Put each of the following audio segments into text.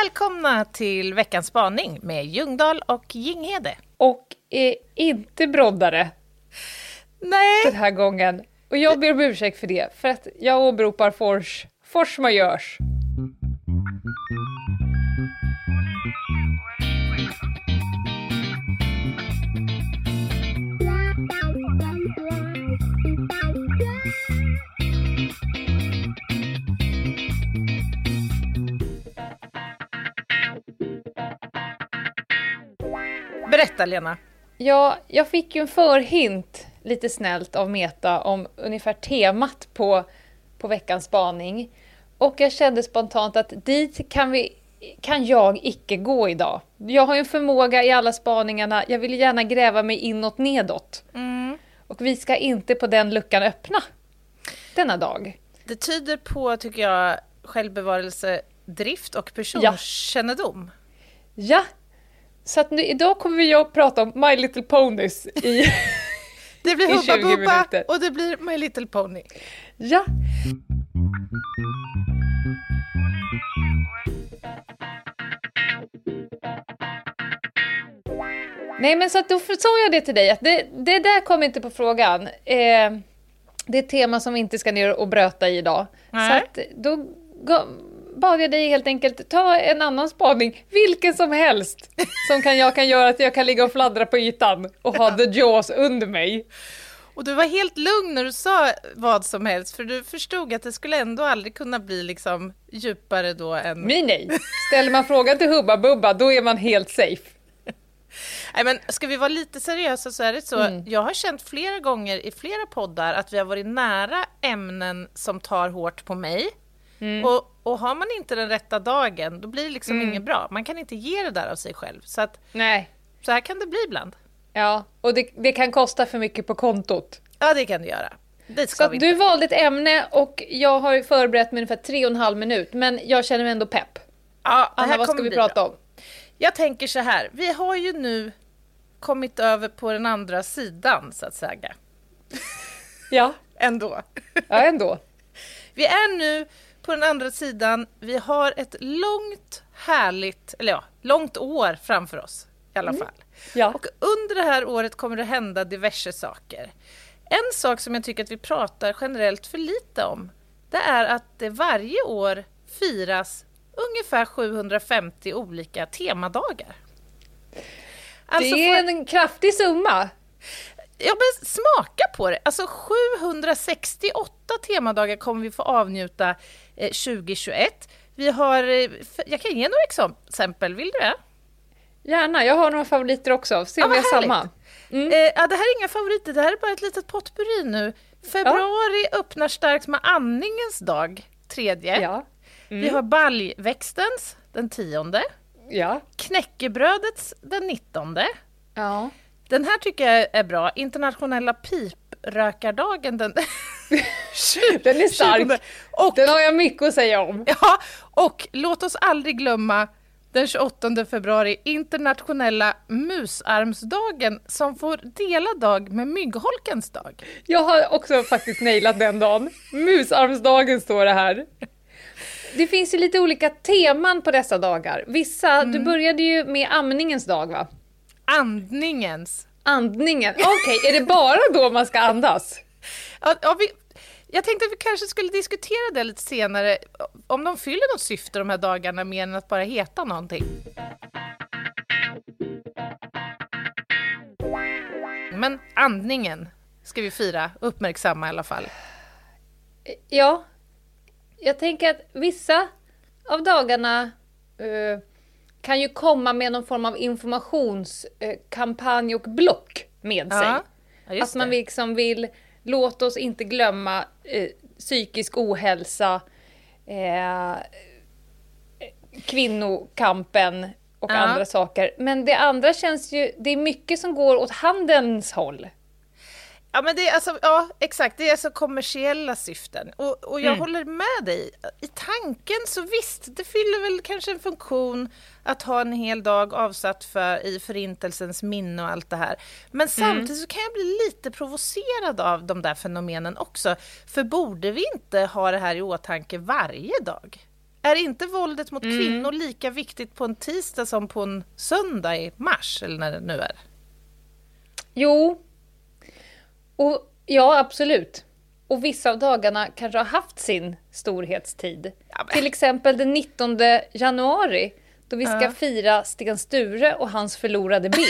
Välkomna till veckans spaning med Ljungdahl och Ginghede. Och är inte broddare. Nej. Den här gången. Och jag ber om ursäkt för det. För att jag åberopar force majeure. Berätta, Lena. Ja, jag fick ju en förhint lite snällt av Meta om ungefär temat på veckans spaning. Och jag kände spontant att dit kan jag icke gå idag. Jag har ju en förmåga i alla spaningarna. Jag vill gärna gräva mig inåt nedåt. Och vi ska inte på den luckan öppna denna dag. Det tyder på, tycker jag, självbevarelsedrift och personkännedom. Ja. Så att idag kommer vi att prata om My Little Ponies i det blir i Hubba 20 Bubba minuter. Och det blir My Little Pony. Ja. Nej, men så att då sa jag det till dig att det där kom inte på frågan. Det är ett tema som vi inte ska ner och bröta i idag. Nej. Så att då bad jag dig helt enkelt ta en annan spaning, vilken som helst, som jag kan göra att jag kan ligga och fladdra på ytan och ha the jaws under mig. Och du var helt lugn när du sa vad som helst, för du förstod att det skulle ändå aldrig kunna bli liksom djupare då än... Nej. Ställer man frågan till Hubba Bubba, då är man helt safe. Nej, men ska vi vara lite seriösa så är det så. Jag har känt flera gånger i flera poddar att vi har varit nära ämnen som tar hårt på mig. Och har man inte den rätta dagen, då blir det liksom inget bra. Man kan inte ge det där av sig själv. Så att, Nej. Så här kan det bli ibland. Ja, och det kan kosta för mycket på kontot. Ja, det kan det göra. Det ska Så vi du inte. valde ett ämne och jag har förberett mig ungefär 3,5 minut. Men jag känner mig ändå pepp. Ja, Anna, vad ska vi prata om? Jag tänker så här. Vi har ju nu kommit över på den andra sidan, så att säga. Ja, Ändå. ja ändå. Vi är nu på den andra sidan. Vi har ett långt år framför oss i alla fall. Ja. Och under det här året kommer det hända diverse saker. En sak som jag tycker att vi pratar generellt för lite om, det är att det varje år firas ungefär 750 olika temadagar. Alltså det är en kraftig summa. Ja, men smaka på det. Alltså 768 temadagar kommer vi få avnjuta 2021. Vi har, jag kan ge några exempel, vill du det? Gärna, jag har några favoriter också. Se om vi har samma. Ja, det här är inga favoriter, det här är bara ett litet potpurri nu. Februari öppnar starkt med andningens dag, 3:e. Ja. Vi har baljväxtens, den 10:e. Ja. Knäckebrödets, den 19:e. Ja. Den här tycker jag är bra. Internationella piprökardagen, den Den är stark. Och, den har jag mycket att säga om. ja, och låt oss aldrig glömma den 28 februari, internationella musarmsdagen, som får dela dag med myggholkens dag. Jag har också faktiskt nailat den dagen. Musarmsdagen står det här. Det finns ju lite olika teman på dessa dagar. Vissa, du började ju med amningens dag, va? Andningens. Andningen. Okej, är det bara då man ska andas? Ja, jag tänkte att vi kanske skulle diskutera det lite senare, om de fyller något syfte de här dagarna mer än att bara heta någonting. Men andningen ska vi fira, uppmärksamma i alla fall. Ja, jag tänker att vissa av dagarna kan ju komma med någon form av informationskampanj och block med sig. Ja, just att man det. liksom vill, låt oss inte glömma psykisk ohälsa, kvinnokampen och andra saker. Men det andra känns ju, det är mycket som går åt handelns håll. Ja, men det är alltså, ja, exakt. Det är alltså kommersiella syften. Och jag håller med dig. I tanken så visst, det fyller väl kanske en funktion att ha en hel dag avsatt i förintelsens minne och allt det här. Men samtidigt så kan jag bli lite provocerad av de där fenomenen också. För borde vi inte ha det här i åtanke varje dag? Är inte våldet mot kvinnor lika viktigt på en tisdag som på en söndag i mars, eller när det nu är? Jo, och ja, absolut. Och vissa av dagarna kanske har haft sin storhetstid. Ja, Till exempel den 19 januari, då vi ska fira Sten Sture och hans förlorade ben.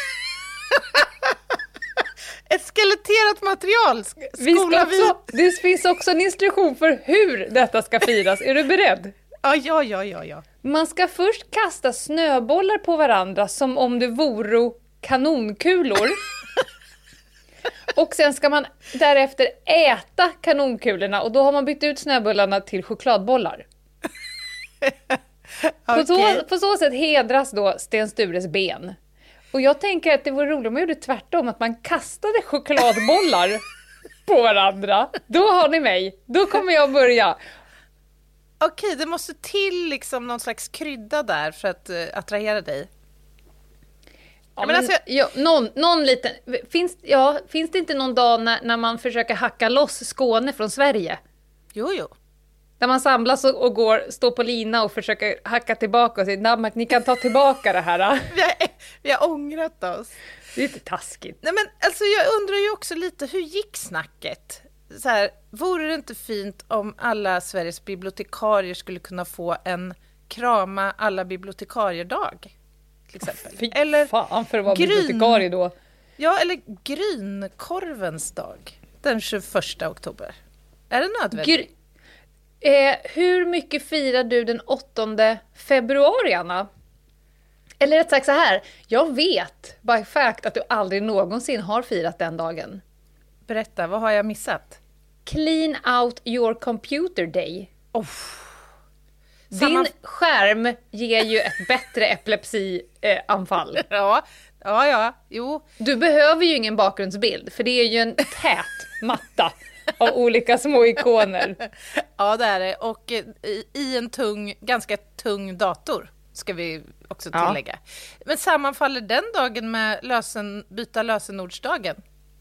Ett skeletterat material. Det finns också en instruktion för hur detta ska firas. Är du beredd? Ja. Man ska först kasta snöbollar på varandra som om det vore kanonkulor. Och sen ska man därefter äta kanonkulorna och då har man bytt ut snöbollarna till chokladbollar. På så sätt hedras då Sten Stures ben. Och jag tänker att det vore roligt om man gjorde tvärtom, att man kastade chokladbollar på varandra. Då har ni mig. Då kommer jag börja. Okej, det måste till liksom någon slags krydda där för att attrahera dig. Ja, men alltså, någon liten... Finns det inte någon dag när man försöker hacka loss Skåne från Sverige? Jo. Där man samlas och står på lina och försöker hacka tillbaka och säger Danmark, ni kan ta tillbaka det här. Vi har ångrat oss. Det är lite taskigt. Nej, men alltså, jag undrar ju också lite, hur gick snacket? Så här, vore det inte fint om alla Sveriges bibliotekarier skulle kunna få en krama alla bibliotekariedag? Till exempel. Fy fan för att vara bibliotekarie då. Ja, eller grynkorvens dag. Den 21 oktober. Är det nödvändigt? Hur mycket firar du den 8 februari, Anna? Eller rätt sagt så här, jag vet by fact att du aldrig någonsin har firat den dagen. Berätta, vad har jag missat? Clean out your computer day. Samma... Din skärm ger ju ett bättre epilepsianfall. Ja, jo. Du behöver ju ingen bakgrundsbild, för det är ju en tät matta av olika små ikoner. Ja, det är det. Och i en ganska tung dator, ska vi också tillägga. Ja. Men sammanfaller den dagen med byta lösenordsdagen?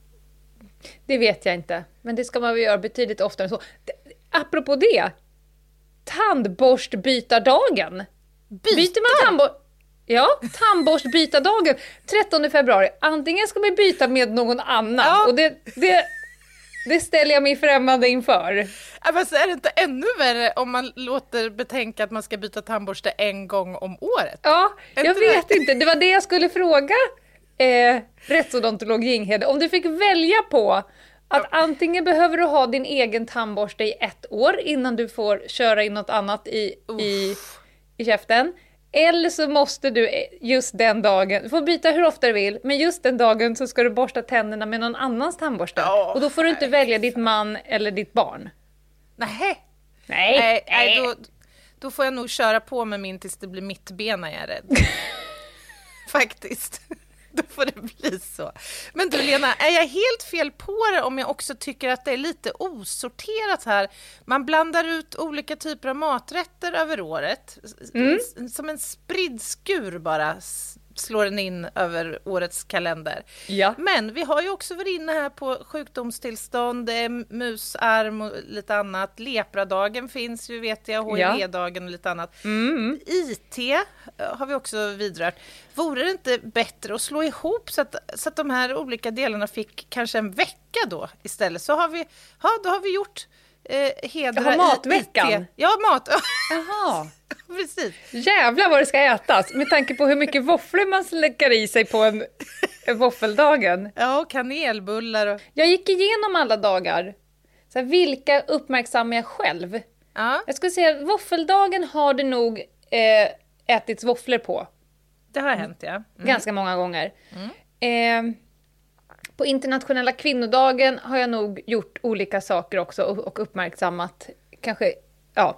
Det vet jag inte, men det ska man väl göra betydligt oftare än så. Apropå det, tandborstbytardagen. Byter man tandborst? Ja, tandborstbytardagen 13 februari. Antingen ska man byta med någon annan och det ställer jag mig främmande inför. Men så är det inte ännu värre om man låter betänka att man ska byta tandborste en gång om året? Ja, jag vet inte. Det var det jag skulle fråga rättsodontolog Ginghede. Om du fick välja på att antingen behöver du ha din egen tandborste i 1 år innan du får köra in något annat i käften. Eller så måste du just den dagen, du får byta hur ofta du vill, men just den dagen så ska du borsta tänderna med någon annans tandborste. Och då får du inte välja ditt man eller ditt barn. Nej, då får jag nog köra på med min tills det blir mittbena, jag är rädd. Faktiskt. Då får det bli så. Men du, Lena, är jag helt fel på det om jag också tycker att det är lite osorterat här? Man blandar ut olika typer av maträtter över året. Som en spridd skur bara slår den in över årets kalender. Ja. Men vi har ju också varit inne här på sjukdomstillstånd, musarm och lite annat. Lepradagen finns ju, vet jag, HIV-dagen och lite annat. IT har vi också vidrört. Vore det inte bättre att slå ihop så att de här olika delarna fick kanske en vecka då istället? Så har vi gjort hedra matveckan. IT. Ja, mat. Jaha. Precis. Jävlar vad det ska ätas, med tanke på hur mycket våfflor man släcker i sig på en våffeldagen. Ja, och kanelbullar. Och... Jag gick igenom alla dagar. Så här, vilka uppmärksammar jag själv? Ja. Jag skulle säga att våffeldagen har det nog ätits våfflor på. Det har hänt, ja. Ganska många gånger. På internationella kvinnodagen har jag nog gjort olika saker också och uppmärksammat. Kanske, ja.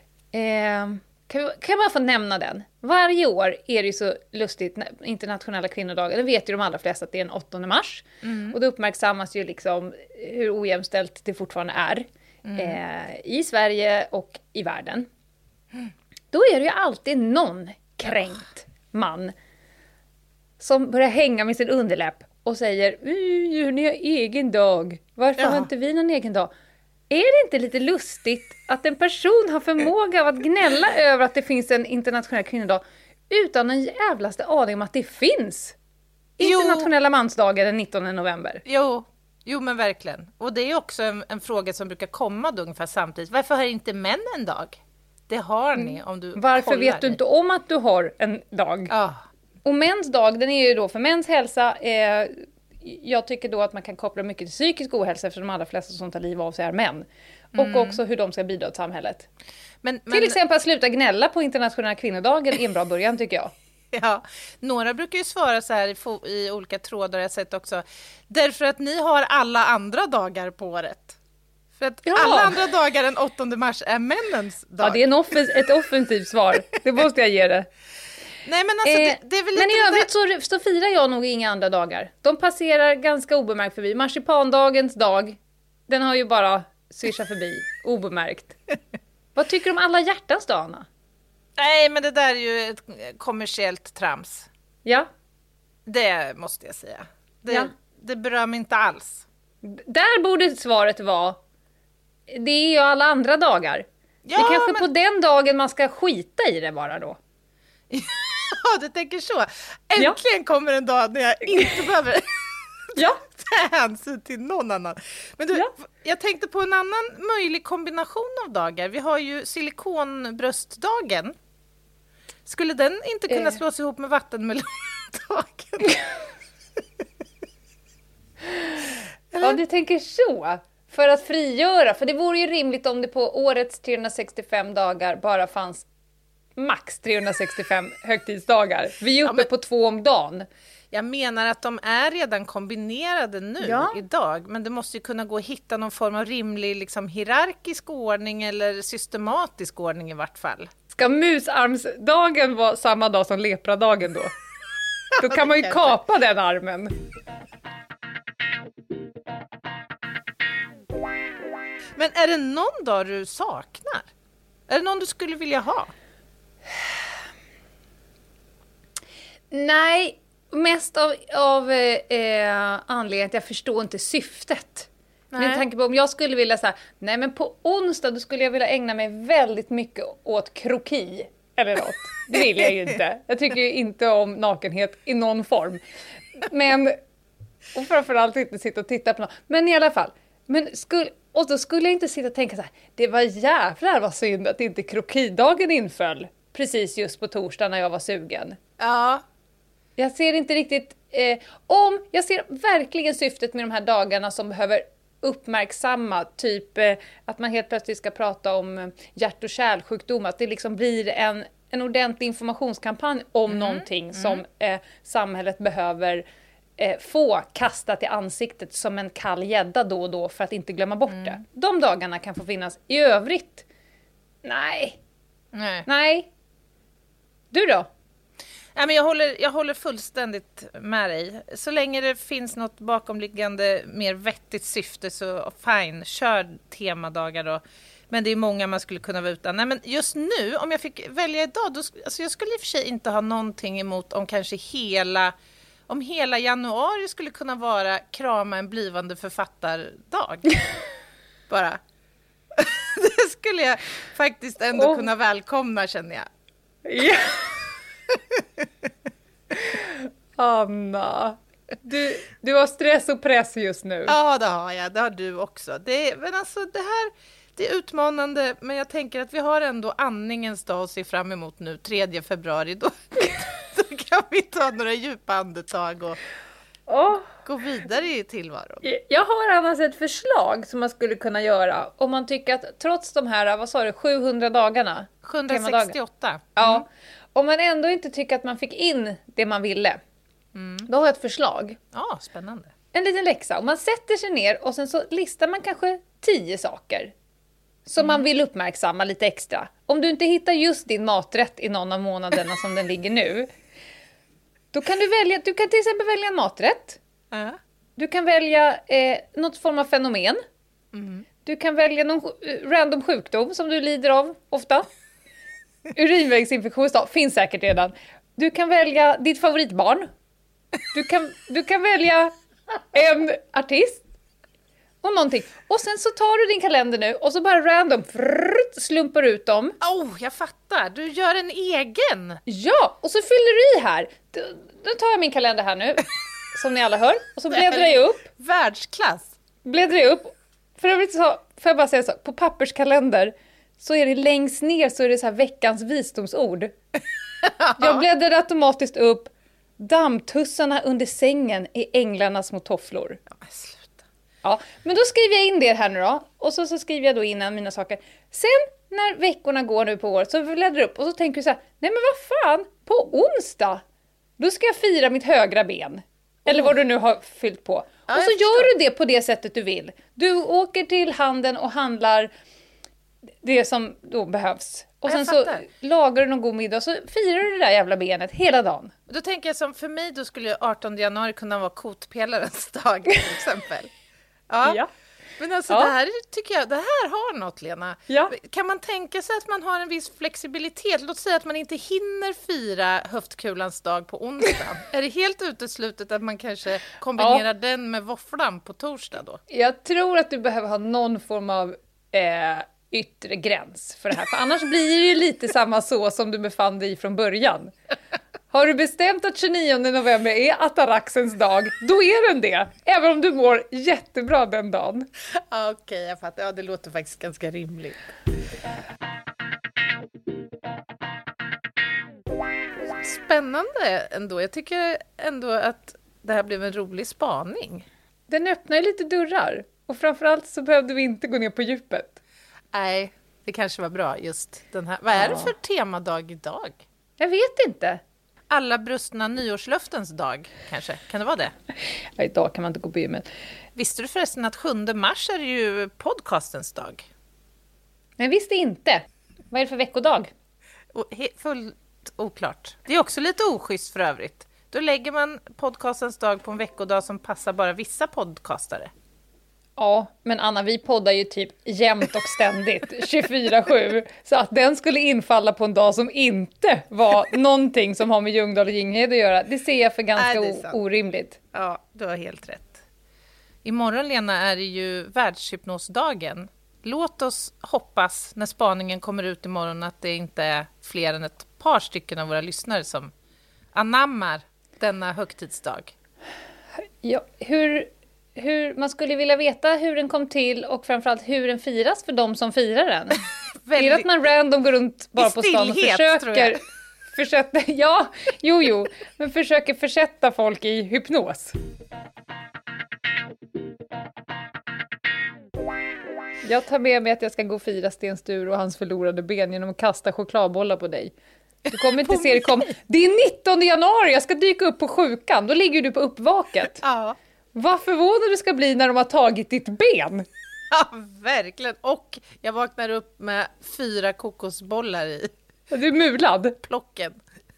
Kan man få nämna den? Varje år är det ju så lustigt, internationella kvinnodagen. Det vet ju de allra flesta att det är den 8 mars. Och det uppmärksammas ju liksom hur ojämställt det fortfarande är. I Sverige och i världen. Då är det ju alltid någon kränkt man som börjar hänga med sin underläpp och säger, ni har egen dag. Varför har inte vi någon egen dag? Är det inte lite lustigt att en person har förmåga av att gnälla över att det finns en internationell kvinnodag utan en jävlaste aning om att det finns internationella mansdagar den 19 november? Jo, men verkligen. Och det är också en fråga som brukar komma då ungefär samtidigt. Varför har inte män en dag? Det har ni om du Varför vet du inte om att du har en dag? Ja. Och mäns dag, den är ju då för mäns hälsa. Jag tycker då att man kan koppla mycket till psykisk ohälsa eftersom de allra flesta som tar liv av sig är män. Och också hur de ska bidra till samhället. Till exempel att sluta gnälla på internationella kvinnodagen är en bra början tycker jag. Ja, några brukar ju svara så här i olika trådar jag sett också. Därför att ni har alla andra dagar på året. För att alla andra dagar än 8 mars är männens dag. Ja, det är ett offensivt svar. Det måste jag ge det. Nej, men alltså, det är väl lite men i övrigt så firar jag nog inga andra dagar. De passerar ganska obemärkt förbi. Marsipandagens dag, den har ju bara swishat förbi, obemärkt. Vad tycker du om alla hjärtans dag, Anna? Nej, men det där är ju ett kommersiellt trams. Ja. Det måste jag säga. Det berör mig inte alls. Där borde svaret vara, det är ju alla andra dagar. Ja, det är kanske på den dagen man ska skita i det bara då. Ja, du tänker så. Äntligen kommer en dag när jag inte behöver ta hänsyn till någon annan. Men du, jag tänkte på en annan möjlig kombination av dagar. Vi har ju silikonbröstdagen. Skulle den inte kunna slås ihop med vattenmelondagen? Ja, du tänker så. För att frigöra. För det vore ju rimligt om det på årets 365 dagar bara fanns max 365 högtidsdagar. Vi är uppe på 2 om dagen. Jag menar att de är redan kombinerade nu idag. Men det måste ju kunna gå att hitta någon form av rimlig liksom, hierarkisk ordning eller systematisk ordning i vart fall. Ska musarmsdagen vara samma dag som lepradagen då? Då kan man ju kapa den armen. Men är det någon dag du saknar? Är det någon du skulle vilja ha? Nej, mest av anledningen att jag förstår inte syftet. Med tanke på om jag skulle vilja säga, nej men på onsdag då skulle jag vilja ägna mig väldigt mycket åt kroki eller något. Det vill jag ju inte. Jag tycker ju inte om nakenhet i någon form. Men, och framförallt inte sitta och titta på något. Men i alla fall, och då skulle jag inte sitta och tänka så här, det var jävlar vad synd att inte krokidagen inföll precis just på torsdag när jag var sugen. Ja. Jag ser inte riktigt, jag ser verkligen syftet med de här dagarna som behöver uppmärksamma, typ att man helt plötsligt ska prata om hjärt- och kärlsjukdom, att det liksom blir en ordentlig informationskampanj om någonting som samhället behöver få kastat i ansiktet som en kall gädda då och då för att inte glömma bort det. De dagarna kan få finnas. I övrigt, nej. Du då? Ja, men jag håller fullständigt med dig. Så länge det finns något bakomliggande mer vettigt syfte så fine, kör temadagar då. Men det är många man skulle kunna vara utan. Nej, men just nu, om jag fick välja idag, alltså jag skulle i och för sig inte ha någonting emot om kanske hela januari skulle kunna vara krama en blivande författardag. Bara. Det skulle jag faktiskt ändå kunna välkomna, känner jag. Ja. Anna, du har stress och press just nu. Ja, det har jag. Det har du också. Men alltså, det är utmanande, men jag tänker att vi har ändå andningens dag att se fram emot nu, 3 februari. Då kan vi ta några djupa andetag och gå vidare i tillvaron. Jag har annars ett förslag som man skulle kunna göra om man tycker att trots de här, 700 dagarna? 768. Ja, om man ändå inte tycker att man fick in det man ville. Då har jag ett förslag. Ja, spännande. En liten läxa. Om man sätter sig ner och sen så listar man kanske 10 saker som man vill uppmärksamma lite extra. Om du inte hittar just din maträtt i någon av månaderna som den ligger nu, då kan du kan till exempel välja en maträtt. Du kan välja något form av fenomen. Du kan välja någon random sjukdom som du lider av ofta. Urinvägsinfektion finns säkert redan. Du kan välja ditt favoritbarn. Du kan välja en artist. och någonting. Och sen så tar du din kalender nu och så bara random slumpar ut dem. Jag fattar. Du gör en egen. Ja, och så fyller du i här. Då tar jag min kalender här nu, som ni alla hör. Och så bläddrar jag upp. Världsklass. Bläddrar jag upp. För övrigt så, får jag bara säga så, på papperskalender så är det längst ner så är det så här veckans visdomsord. Jag bläddrar automatiskt upp. Dammtussarna under sängen är änglarnas små tofflor. Sluta. Ja, men då skriver jag in det här nu då. Och så skriver jag då in mina saker. Sen när veckorna går nu på året så bläddrar jag upp och så tänker du så här: nej men vad fan, på onsdag då ska jag fira mitt högra ben. Eller vad du nu har fyllt på. Ja, och så gör du det på det sättet du vill. Du åker till handeln och handlar det som då behövs. Och sen så lagar du någon god middag och så firar du det där jävla benet hela dagen. Då tänker jag som för mig, då skulle 18 januari kunna vara kotpelarens dag till exempel. Ja. Men alltså det här tycker jag, det här har något, Lena. Ja. Kan man tänka sig att man har en viss flexibilitet? Låt säga att man inte hinner fira höftkulans dag på onsdag. Är det helt uteslutet att man kanske kombinerar den med våfflan på torsdag då? Jag tror att du behöver ha någon form av yttre gräns för det här. För annars blir det ju lite samma så som du befann dig i från början. Har du bestämt att 29 november är ataraxens dag, då är den det. Även om du mår jättebra den dagen. Okej, jag fattar. Ja, det låter faktiskt ganska rimligt. Spännande ändå. Jag tycker ändå att det här blev en rolig spaning. Den öppnar ju lite dörrar. Och framförallt så behövde vi inte gå ner på djupet. Nej, det kanske var bra just den här. Vad är det för temadag idag? Jag vet inte. Alla brustna nyårslöftens dag, kanske. Kan det vara det? Ja, idag kan man inte gå på gymmet. Visste du förresten att 7 mars är ju podcastens dag? Men visste inte. Vad är det för veckodag? Fullt oklart. Det är också lite oschysst för övrigt. Då lägger man podcastens dag på en veckodag som passar bara vissa podcastare. Ja, men Anna, vi poddar ju typ jämt och ständigt, 24/7. Så att den skulle infalla på en dag som inte var någonting som har med Ljungdahl och Ginghede att göra, det ser jag för ganska orimligt. Ja, du har helt rätt. Imorgon, Lena, är det ju världshypnosdagen. Låt oss hoppas när spaningen kommer ut imorgon att det inte är fler än ett par stycken av våra lyssnare som anammar denna högtidsdag. Ja, hur man skulle vilja veta hur den kom till och framförallt hur den firas för de som firar den. Är det att man random går runt bara på stan och försöker försätta folk i hypnos. Jag tar med mig att jag ska gå och fira Sten Sture och hans förlorade ben genom att kasta chokladbollar på dig. Du kommer inte se det komma. Det är 19 januari, jag ska dyka upp på sjukan. Då ligger du på uppvaket. Ja. Vad förvånad du ska bli när de har tagit ditt ben. Ja, verkligen. Och jag vaknar upp med 4 kokosbollar i. Du är mulad. Plocken.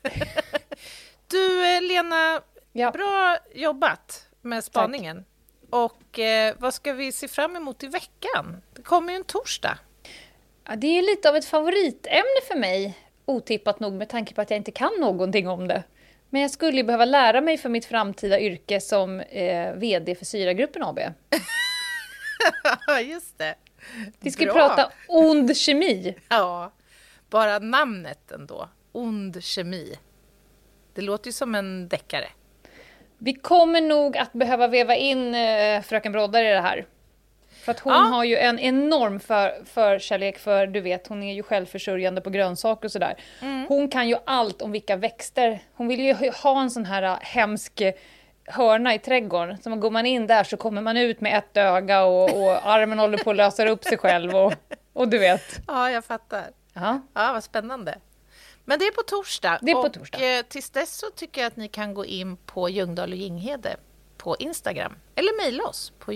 Du, Lena, bra jobbat med spaningen. Tack. Och vad ska vi se fram emot i veckan? Det kommer ju en torsdag. Ja, det är lite av ett favoritämne för mig. Otippat nog med tanke på att jag inte kan någonting om det. Men jag skulle behöva lära mig för mitt framtida yrke som vd för Syragruppen AB. Ja, just det. Vi ska prata ond kemi. Ja, bara namnet ändå. Ond kemi. Det låter ju som en deckare. Vi kommer nog att behöva veva in fröken Broddar i det här. För att hon har ju en enorm förkärlek för, du vet, hon är ju självförsörjande på grönsaker och sådär. Hon kan ju allt om vilka växter. Hon vill ju ha en sån här hemsk hörna i trädgården. Så går man in där så kommer man ut med ett öga och armen håller på att lösa upp sig själv och du vet. Ja, jag fattar. Ja, vad spännande. Men det är på torsdag. Det är på torsdag. Och tills dess så tycker jag att ni kan gå in på Ljungdahl och Ginghede på Instagram. Eller mejla oss på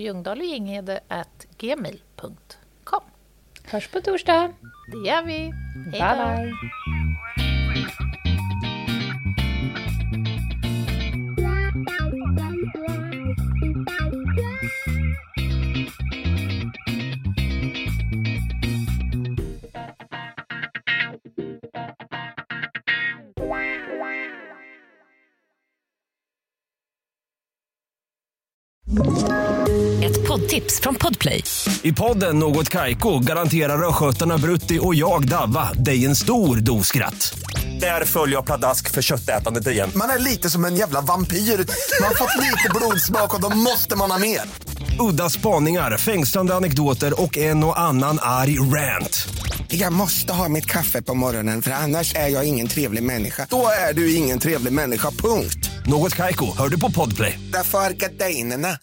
ljungdahloginghede@gmail.com. Hörs på torsdag. Det gör vi. Hej då. Bye bye. Ett poddtips från Podplay. I podden Något Kaiko garanterar röskötarna Brutti och jag Davva dig en stor doskratt. Där följer jag pladask för köttätandet igen. Man är lite som en jävla vampyr. Man har fått lite blodsmak och då måste man ha mer. Udda spaningar, fängslande anekdoter och en och annan arg rant. Jag måste ha mitt kaffe på morgonen för annars är jag ingen trevlig människa. Då är du ingen trevlig människa, punkt. Något Kaiko, hör du på Podplay. Därför är gardinerna.